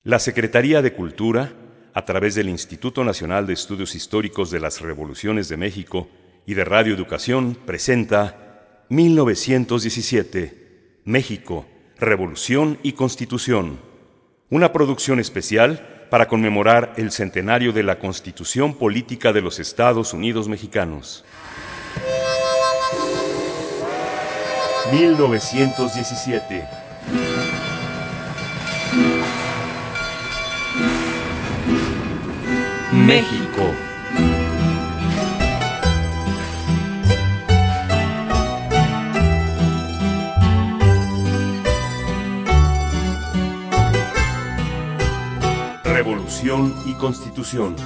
La Secretaría de Cultura, a través del Instituto Nacional de Estudios Históricos de las Revoluciones de México y de Radio Educación, presenta 1917, México, Revolución y Constitución, una producción especial para conmemorar el centenario de la Constitución Política de los Estados Unidos Mexicanos. 1917. México. Revolución y Constitución.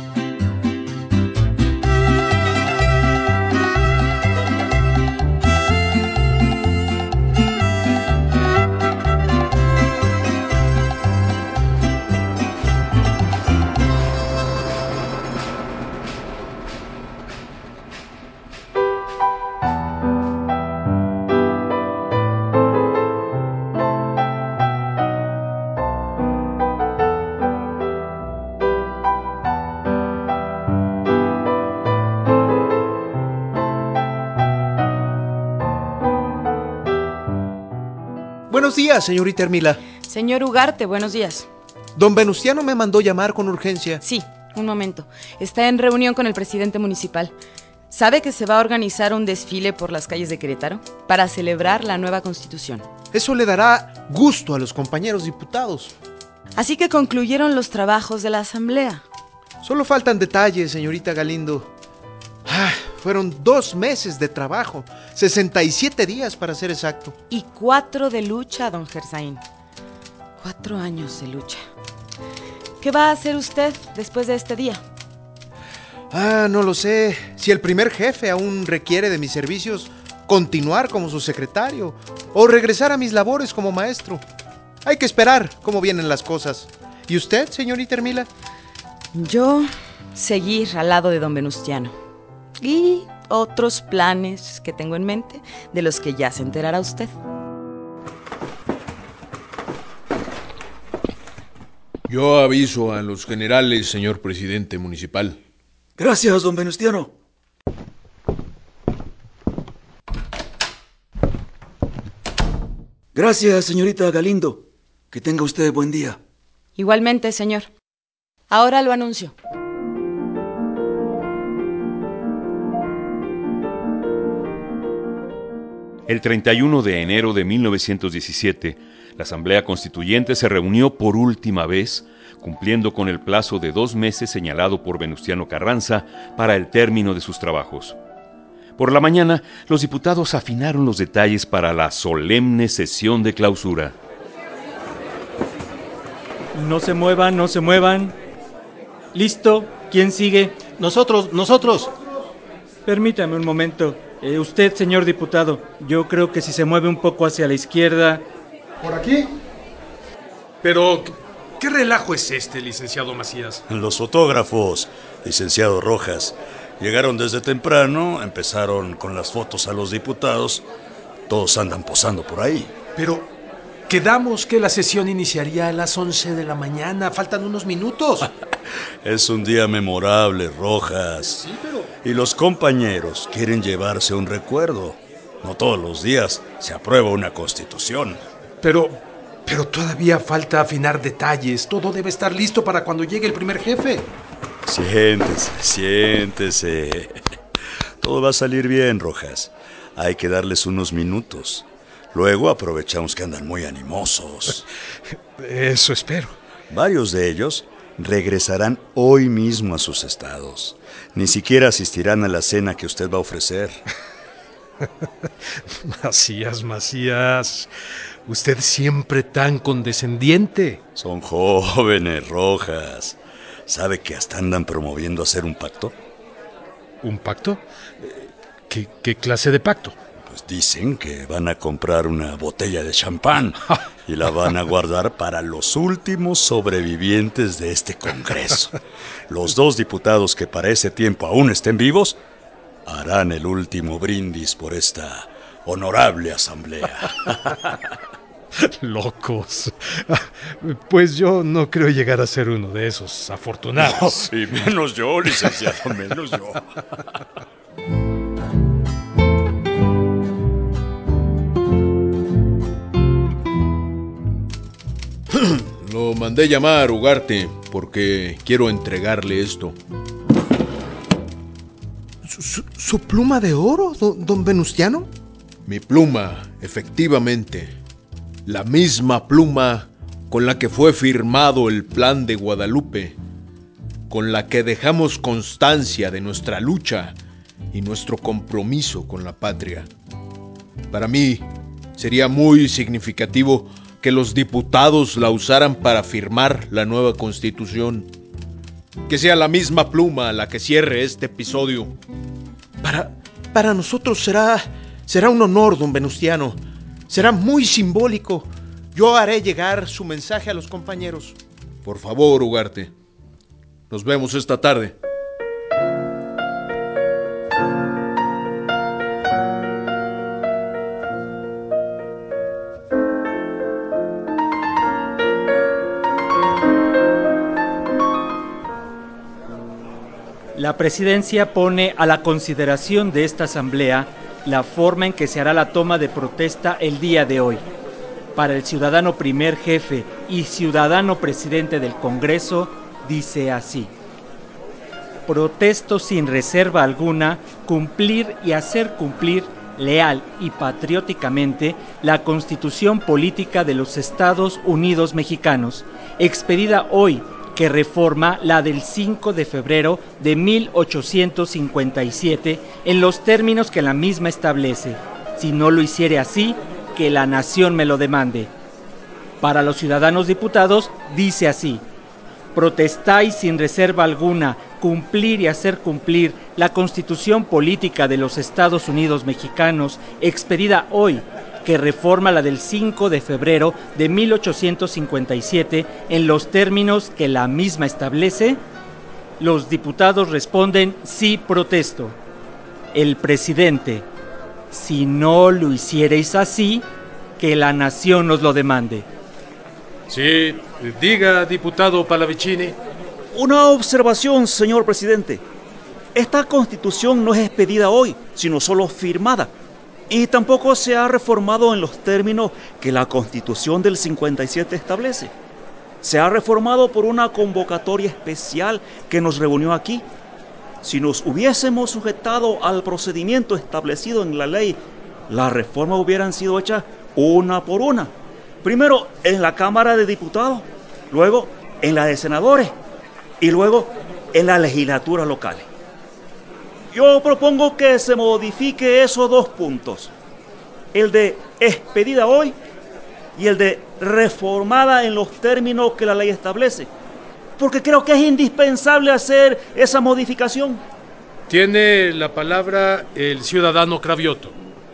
Buenos días, señorita Hermila. Señor Ugarte, buenos días. Don Venustiano me mandó llamar con urgencia. Sí, un momento. Está en reunión con el presidente municipal. ¿Sabe que se va a organizar un desfile por las calles de Querétaro para celebrar la nueva Constitución? Eso le dará gusto a los compañeros diputados. Así que concluyeron los trabajos de la asamblea. Solo faltan detalles, señorita Galindo. Fueron 2 meses de trabajo, 67 días para ser exacto. Y 4 de lucha, don Gersaín. 4 años de lucha. ¿Qué va a hacer usted después de este día? No lo sé. Si el primer jefe aún requiere de mis servicios, continuar como su secretario o regresar a mis labores como maestro. Hay que esperar cómo vienen las cosas. ¿Y usted, señorita Hermila? Yo seguir al lado de don Venustiano. Y otros planes que tengo en mente, de los que ya se enterará usted. Yo aviso a los generales, señor presidente municipal. Gracias, don Venustiano. Gracias, señorita Galindo. Que tenga usted buen día. Igualmente, señor. Ahora lo anuncio. El 31 de enero de 1917, la Asamblea Constituyente se reunió por última vez, cumpliendo con el plazo de 2 meses señalado por Venustiano Carranza para el término de sus trabajos. Por la mañana, los diputados afinaron los detalles para la solemne sesión de clausura. No se muevan, no se muevan. ¿Listo? ¿Quién sigue? Nosotros. Permítame un momento. Usted, señor diputado, yo creo que si se mueve un poco hacia la izquierda... ¿Por aquí? Pero, ¿qué relajo es este, licenciado Macías? Los fotógrafos, licenciado Rojas, llegaron desde temprano, empezaron con las fotos a los diputados. Todos andan posando por ahí. Pero, quedamos que la sesión iniciaría a las 11 de la mañana. Faltan unos minutos. Es un día memorable, Rojas. Sí, pero... Y los compañeros quieren llevarse un recuerdo. No todos los días se aprueba una constitución. Pero todavía falta afinar detalles. Todo debe estar listo para cuando llegue el primer jefe. Siéntese. Todo va a salir bien, Rojas. Hay que darles unos minutos. Luego aprovechamos que andan muy animosos. Eso espero. Varios de ellos regresarán hoy mismo a sus estados. Ni siquiera asistirán a la cena que usted va a ofrecer. Macías, usted siempre tan condescendiente. Son jóvenes, Rojas. ¿Sabe que hasta andan promoviendo hacer un pacto? ¿Un pacto? ¿Qué clase de pacto? Pues dicen que van a comprar una botella de champán y la van a guardar para los últimos sobrevivientes de este Congreso. Los 2 diputados que para ese tiempo aún estén vivos harán el último brindis por esta honorable asamblea. Locos. Pues yo no creo llegar a ser uno de esos afortunados. Sí, menos yo, licenciado, menos yo. Lo mandé llamar, Ugarte, porque quiero entregarle esto. ¿Su pluma de oro, don Venustiano? Mi pluma, efectivamente. La misma pluma con la que fue firmado el Plan de Guadalupe, con la que dejamos constancia de nuestra lucha y nuestro compromiso con la patria. Para mí, sería muy significativo que los diputados la usaran para firmar la nueva Constitución. Que sea la misma pluma la que cierre este episodio. Para nosotros será un honor, don Venustiano. Será muy simbólico. Yo haré llegar su mensaje a los compañeros. Por favor, Ugarte. Nos vemos esta tarde. La presidencia pone a la consideración de esta asamblea la forma en que se hará la toma de protesta el día de hoy. Para el ciudadano primer jefe y ciudadano presidente del Congreso, dice así: protesto sin reserva alguna cumplir y hacer cumplir leal y patrióticamente la Constitución Política de los Estados Unidos Mexicanos, expedida hoy, que reforma la del 5 de febrero de 1857 en los términos que la misma establece. Si no lo hiciere así, que la nación me lo demande. Para los ciudadanos diputados, dice así: protestáis sin reserva alguna cumplir y hacer cumplir la Constitución Política de los Estados Unidos Mexicanos, expedida hoy, que reforma la del 5 de febrero de 1857 en los términos que la misma establece. Los diputados responden: sí, protesto. El presidente: si no lo hiciereis así, que la nación os lo demande. Sí, diga, diputado Pallavicini. Una observación, señor presidente. Esta Constitución no es expedida hoy, sino solo firmada. Y tampoco se ha reformado en los términos que la Constitución del 57 establece. Se ha reformado por una convocatoria especial que nos reunió aquí. Si nos hubiésemos sujetado al procedimiento establecido en la ley, las reformas hubieran sido hechas una por una. Primero en la Cámara de Diputados, luego en la de Senadores y luego en las legislaturas locales. Yo propongo que se modifique esos dos puntos, el de expedida hoy y el de reformada en los términos que la ley establece, porque creo que es indispensable hacer esa modificación. Tiene la palabra el ciudadano Cravioto.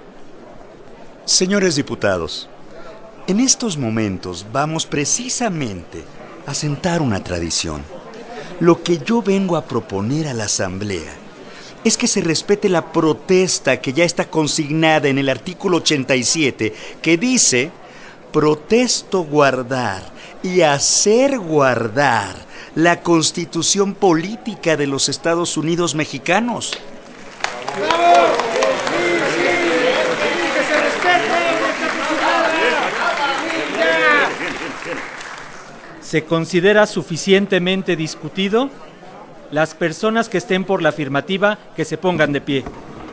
Señores diputados, en estos momentos vamos precisamente a sentar una tradición. Lo que yo vengo a proponer a la Asamblea es que se respete la protesta que ya está consignada en el artículo 87, que dice: protesto guardar y hacer guardar la Constitución Política de los Estados Unidos Mexicanos. ¿Se considera suficientemente discutido? Las personas que estén por la afirmativa, que se pongan de pie.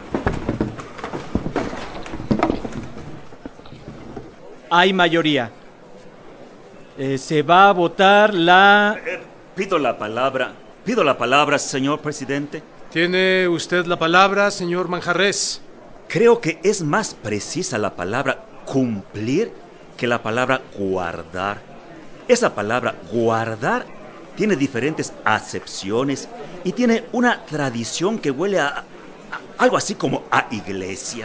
Hay mayoría. Se va a votar la... Pido la palabra, señor presidente. Tiene usted la palabra, señor Manjarres. Creo que es más precisa la palabra cumplir que la palabra guardar. Esa palabra guardar tiene diferentes acepciones y tiene una tradición que huele a algo así como a iglesia.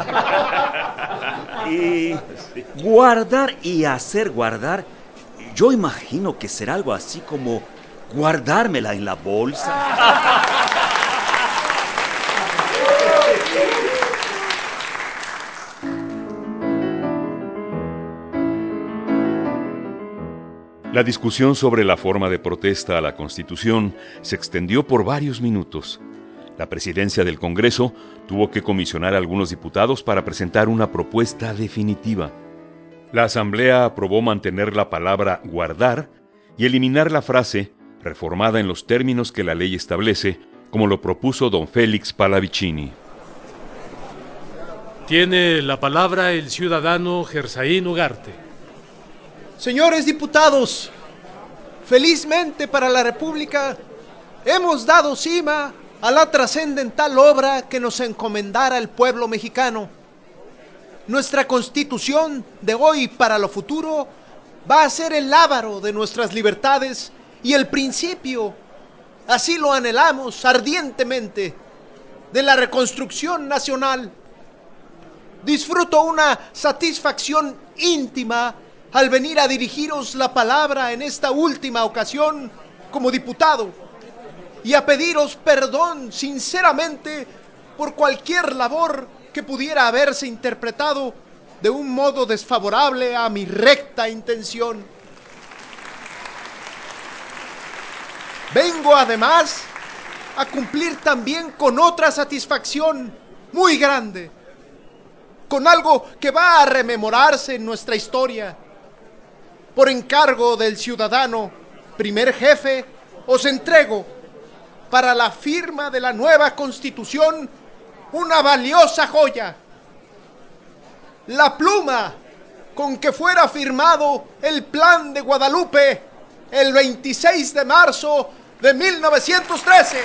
Y guardar y hacer guardar, yo imagino que será algo así como guardármela en la bolsa. La discusión sobre la forma de protesta a la Constitución se extendió por varios minutos. La presidencia del Congreso tuvo que comisionar a algunos diputados para presentar una propuesta definitiva. La Asamblea aprobó mantener la palabra guardar y eliminar la frase reformada en los términos que la ley establece, como lo propuso don Félix Pallavicini. Tiene la palabra el ciudadano Gersaín Ugarte. Señores diputados, felizmente para la República hemos dado cima a la trascendental obra que nos encomendara el pueblo mexicano. Nuestra Constitución de hoy para lo futuro va a ser el lábaro de nuestras libertades y el principio, así lo anhelamos ardientemente, de la reconstrucción nacional. Disfruto una satisfacción íntima al venir a dirigiros la palabra en esta última ocasión como diputado y a pediros perdón sinceramente por cualquier labor que pudiera haberse interpretado de un modo desfavorable a mi recta intención. Vengo además a cumplir también con otra satisfacción muy grande, con algo que va a rememorarse en nuestra historia. Por encargo del ciudadano primer jefe, os entrego para la firma de la nueva Constitución una valiosa joya: la pluma con que fuera firmado el Plan de Guadalupe el 26 de marzo de 1913.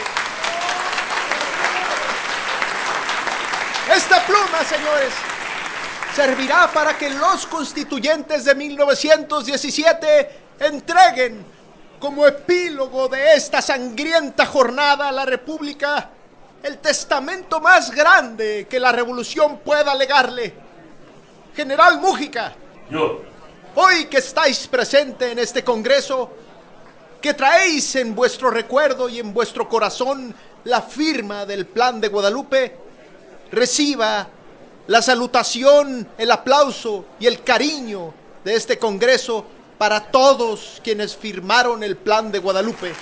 Esta pluma, señores, servirá para que los constituyentes de 1917 entreguen, como epílogo de esta sangrienta jornada a la República, el testamento más grande que la Revolución pueda legarle. General Múgica, Yo. hoy que estáis presente en este Congreso, que traéis en vuestro recuerdo y en vuestro corazón la firma del Plan de Guadalupe, reciba la salutación, el aplauso y el cariño de este Congreso para todos quienes firmaron el Plan de Guadalupe.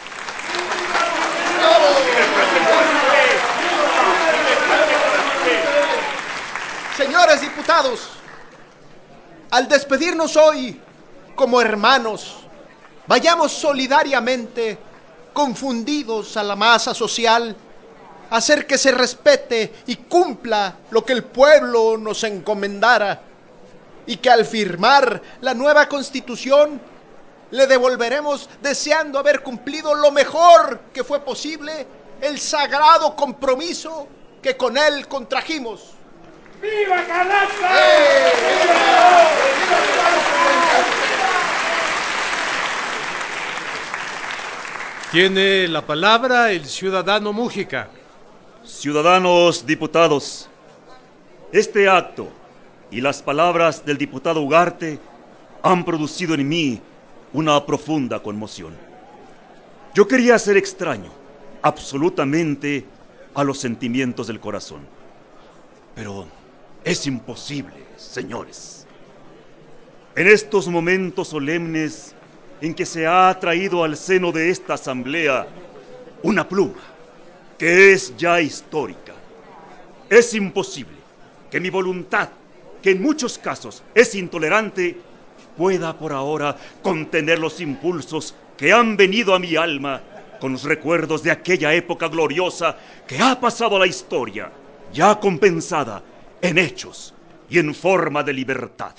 Señores diputados, al despedirnos hoy como hermanos, vayamos solidariamente, confundidos a la masa social, a hacer que se respete y cumpla lo que el pueblo nos encomendara, y que al firmar la nueva Constitución le devolveremos deseando haber cumplido lo mejor que fue posible el sagrado compromiso que con él contrajimos. ¡Viva Carranza! Tiene la palabra el ciudadano Múgica. Ciudadanos diputados, este acto y las palabras del diputado Ugarte han producido en mí una profunda conmoción. Yo quería ser extraño, absolutamente, a los sentimientos del corazón. Pero es imposible, señores. En estos momentos solemnes en que se ha traído al seno de esta asamblea una pluma que es ya histórica, es imposible que mi voluntad, que en muchos casos es intolerante, pueda por ahora contener los impulsos que han venido a mi alma con los recuerdos de aquella época gloriosa que ha pasado a la historia, ya compensada en hechos y en forma de libertad.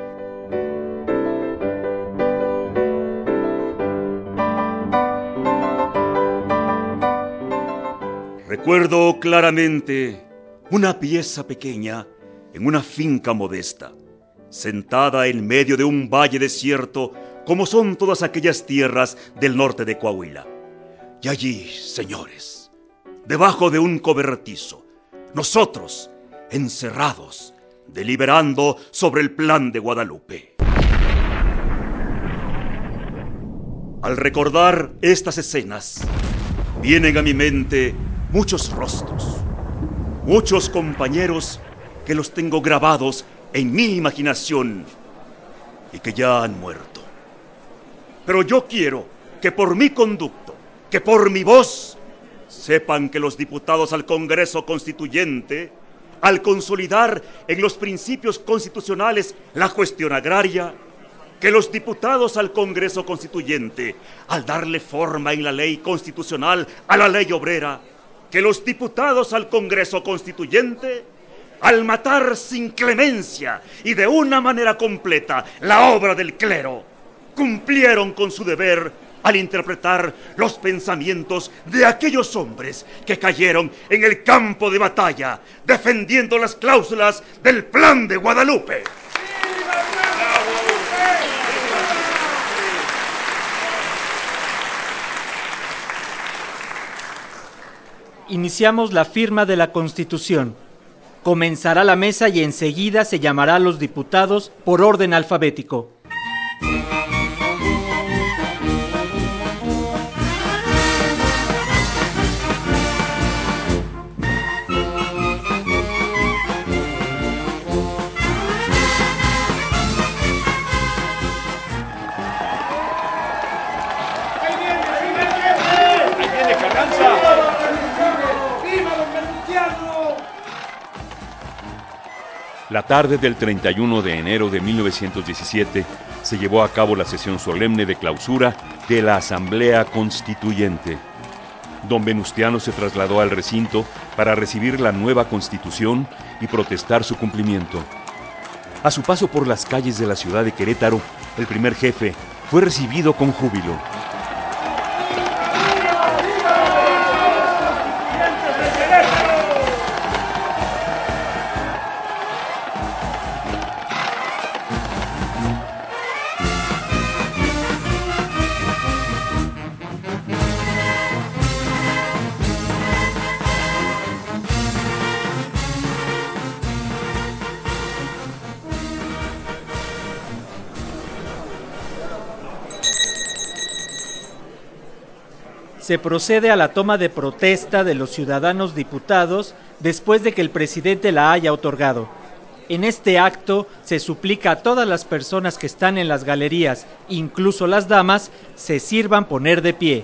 Recuerdo claramente una pieza pequeña en una finca modesta, sentada en medio de un valle desierto como son todas aquellas tierras del norte de Coahuila. Y allí, señores, debajo de un cobertizo, nosotros, encerrados, deliberando sobre el Plan de Guadalupe. Al recordar estas escenas, vienen a mi mente muchos rostros, muchos compañeros que los tengo grabados en mi imaginación y que ya han muerto. Pero yo quiero que por mi conducto, que por mi voz, sepan que los diputados al Congreso Constituyente, al consolidar en los principios constitucionales la cuestión agraria, que los diputados al Congreso Constituyente, al darle forma en la ley constitucional a la ley obrera, que los diputados al Congreso Constituyente, al matar sin clemencia y de una manera completa la obra del clero, cumplieron con su deber al interpretar los pensamientos de aquellos hombres que cayeron en el campo de batalla defendiendo las cláusulas del Plan de Guadalupe. Iniciamos la firma de la Constitución. Comenzará la mesa y enseguida se llamará a los diputados por orden alfabético. La tarde del 31 de enero de 1917 se llevó a cabo la sesión solemne de clausura de la Asamblea Constituyente. Don Venustiano se trasladó al recinto para recibir la nueva Constitución y protestar su cumplimiento. A su paso por las calles de la ciudad de Querétaro, el primer jefe fue recibido con júbilo. Se procede a la toma de protesta de los ciudadanos diputados después de que el presidente la haya otorgado. En este acto se suplica a todas las personas que están en las galerías, incluso las damas, se sirvan poner de pie.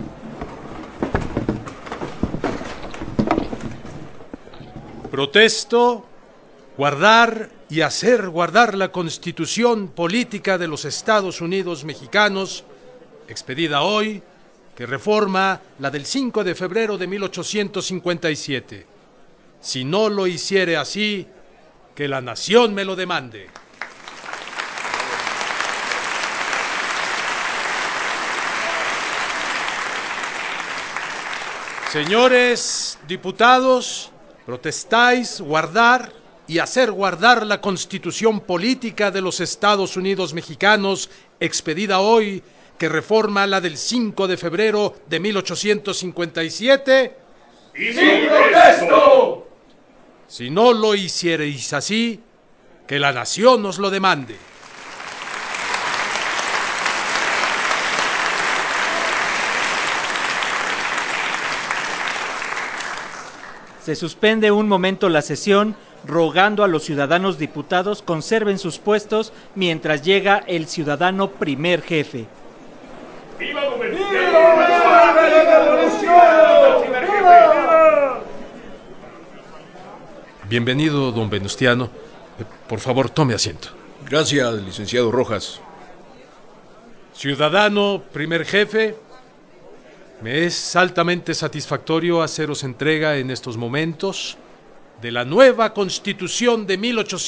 Protesto guardar y hacer guardar la Constitución Política de los Estados Unidos Mexicanos, expedida hoy, que reforma la del 5 de febrero de 1857. Si no lo hiciere así, que la nación me lo demande. Señores diputados, protestáis guardar y hacer guardar la Constitución Política de los Estados Unidos Mexicanos, expedida hoy, que reforma la del 5 de febrero de 1857. ¡Y sin protesto! Si no lo hiciereis así, que la nación os lo demande. Se suspende un momento la sesión, rogando a los ciudadanos diputados conserven sus puestos mientras llega el ciudadano primer jefe. ¡Viva don Venustiano! ¡Viva! Bienvenido, don Venustiano. Por favor, tome asiento. Gracias, licenciado Rojas. Ciudadano primer jefe, me es altamente satisfactorio haceros entrega en estos momentos de la nueva Constitución de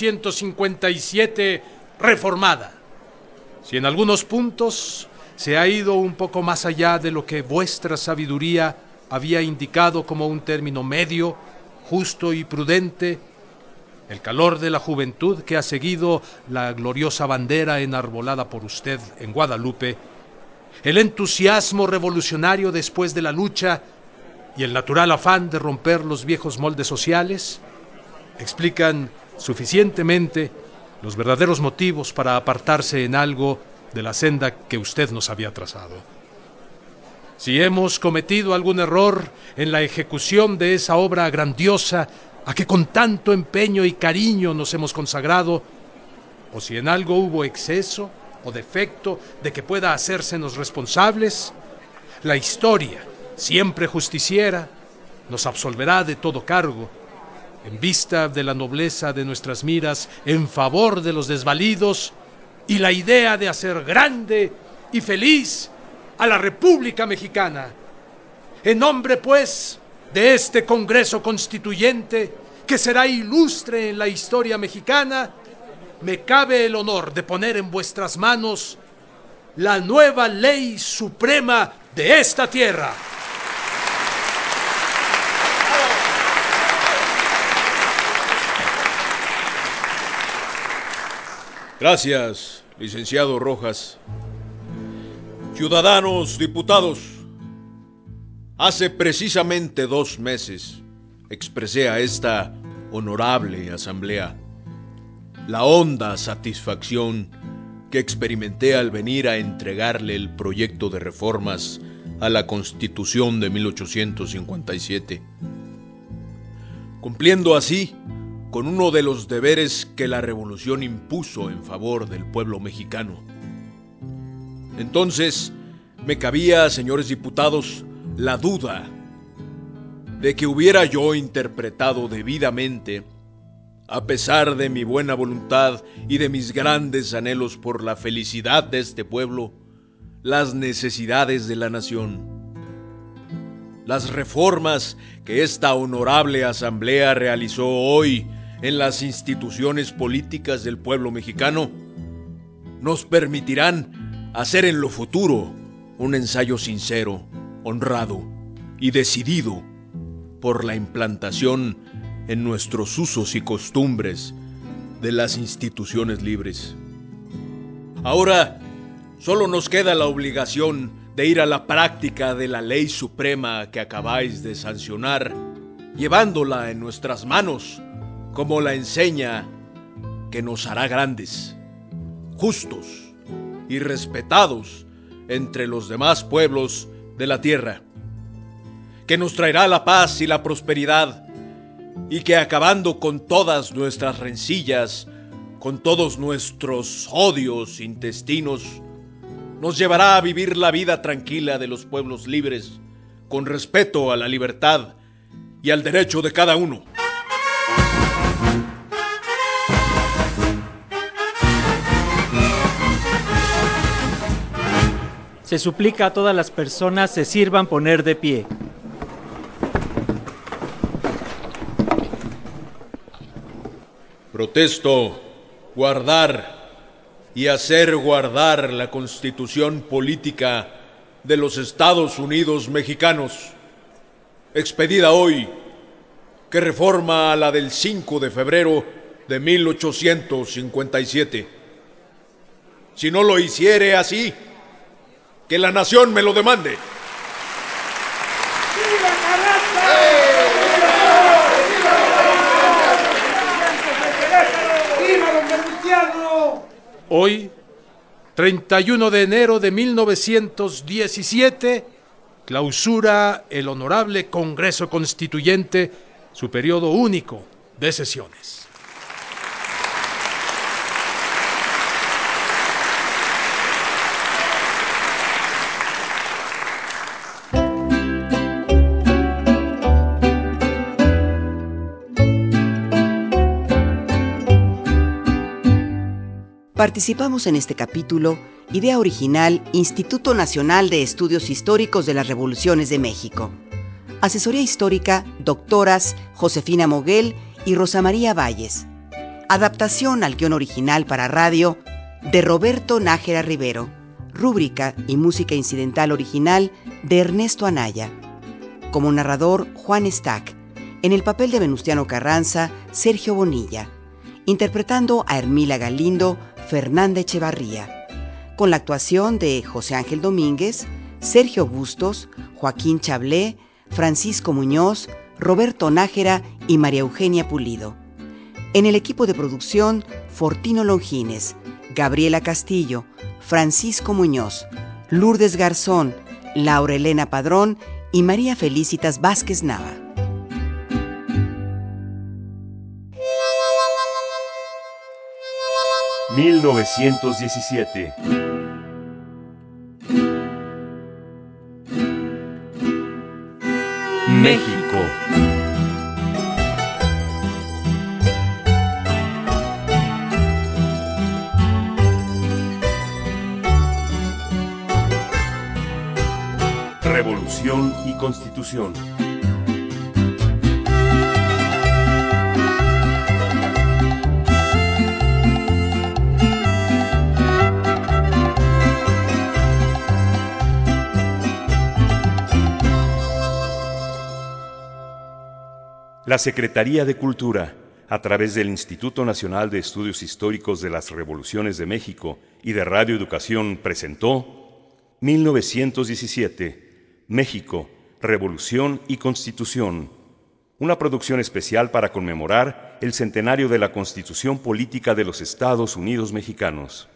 1857 reformada. Si en algunos puntos se ha ido un poco más allá de lo que vuestra sabiduría había indicado como un término medio, justo y prudente, el calor de la juventud que ha seguido la gloriosa bandera enarbolada por usted en Guadalupe, el entusiasmo revolucionario después de la lucha y el natural afán de romper los viejos moldes sociales, explican suficientemente los verdaderos motivos para apartarse en algo de la senda que usted nos había trazado. Si hemos cometido algún error en la ejecución de esa obra grandiosa a que con tanto empeño y cariño nos hemos consagrado, o si en algo hubo exceso, o defecto de que pueda hacérsenos responsables, la historia, siempre justiciera, nos absolverá de todo cargo, en vista de la nobleza de nuestras miras en favor de los desvalidos y la idea de hacer grande y feliz a la República Mexicana. En nombre, pues, de este Congreso Constituyente, que será ilustre en la historia mexicana, me cabe el honor de poner en vuestras manos la nueva ley suprema de esta tierra. Gracias, licenciado Rojas. Ciudadanos diputados, hace precisamente 2 meses expresé a esta honorable asamblea la honda satisfacción que experimenté al venir a entregarle el proyecto de reformas a la Constitución de 1857, cumpliendo así con uno de los deberes que la revolución impuso en favor del pueblo mexicano. Entonces, me cabía, señores diputados, la duda de que hubiera yo interpretado debidamente, a pesar de mi buena voluntad y de mis grandes anhelos por la felicidad de este pueblo, las necesidades de la nación. Las reformas que esta honorable asamblea realizó hoy en las instituciones políticas del pueblo mexicano nos permitirán hacer en lo futuro un ensayo sincero, honrado y decidido por la implantación en nuestros usos y costumbres de las instituciones libres. Ahora solo nos queda la obligación de ir a la práctica de la ley suprema que acabáis de sancionar, llevándola en nuestras manos como la enseña que nos hará grandes, justos y respetados entre los demás pueblos de la tierra, que nos traerá la paz y la prosperidad, y que acabando con todas nuestras rencillas, con todos nuestros odios intestinos, nos llevará a vivir la vida tranquila de los pueblos libres, con respeto a la libertad y al derecho de cada uno. Se suplica a todas las personas se sirvan poner de pie. Protesto guardar y hacer guardar la Constitución Política de los Estados Unidos Mexicanos, expedida hoy, que reforma a la del 5 de febrero de 1857. Si no lo hiciere así, que la nación me lo demande. ¡Viva Carranza! ¡Viva don Venustiano! Hoy, 31 de enero de 1917, clausura el honorable Congreso Constituyente su periodo único de sesiones. Participamos en este capítulo, idea original, Instituto Nacional de Estudios Históricos de las Revoluciones de México. Asesoría histórica, doctoras Josefina Moguel y Rosa María Valles. Adaptación al guión original para radio de Roberto Nájera Rivero. Rúbrica y música incidental original de Ernesto Anaya. Como narrador, Juan Stack. En el papel de Venustiano Carranza, Sergio Bonilla. Interpretando a Hermila Galindo, Fernanda Echevarría, con la actuación de José Ángel Domínguez, Sergio Bustos, Joaquín Chablé, Francisco Muñoz, Roberto Nájera y María Eugenia Pulido. En el equipo de producción, Fortino Longines, Gabriela Castillo, Francisco Muñoz, Lourdes Garzón, Laura Elena Padrón y María Felicitas Vázquez Nava. 1917. México. Revolución y Constitución. La Secretaría de Cultura, a través del Instituto Nacional de Estudios Históricos de las Revoluciones de México y de Radio Educación, presentó 1917, México, Revolución y Constitución, una producción especial para conmemorar el centenario de la Constitución Política de los Estados Unidos Mexicanos.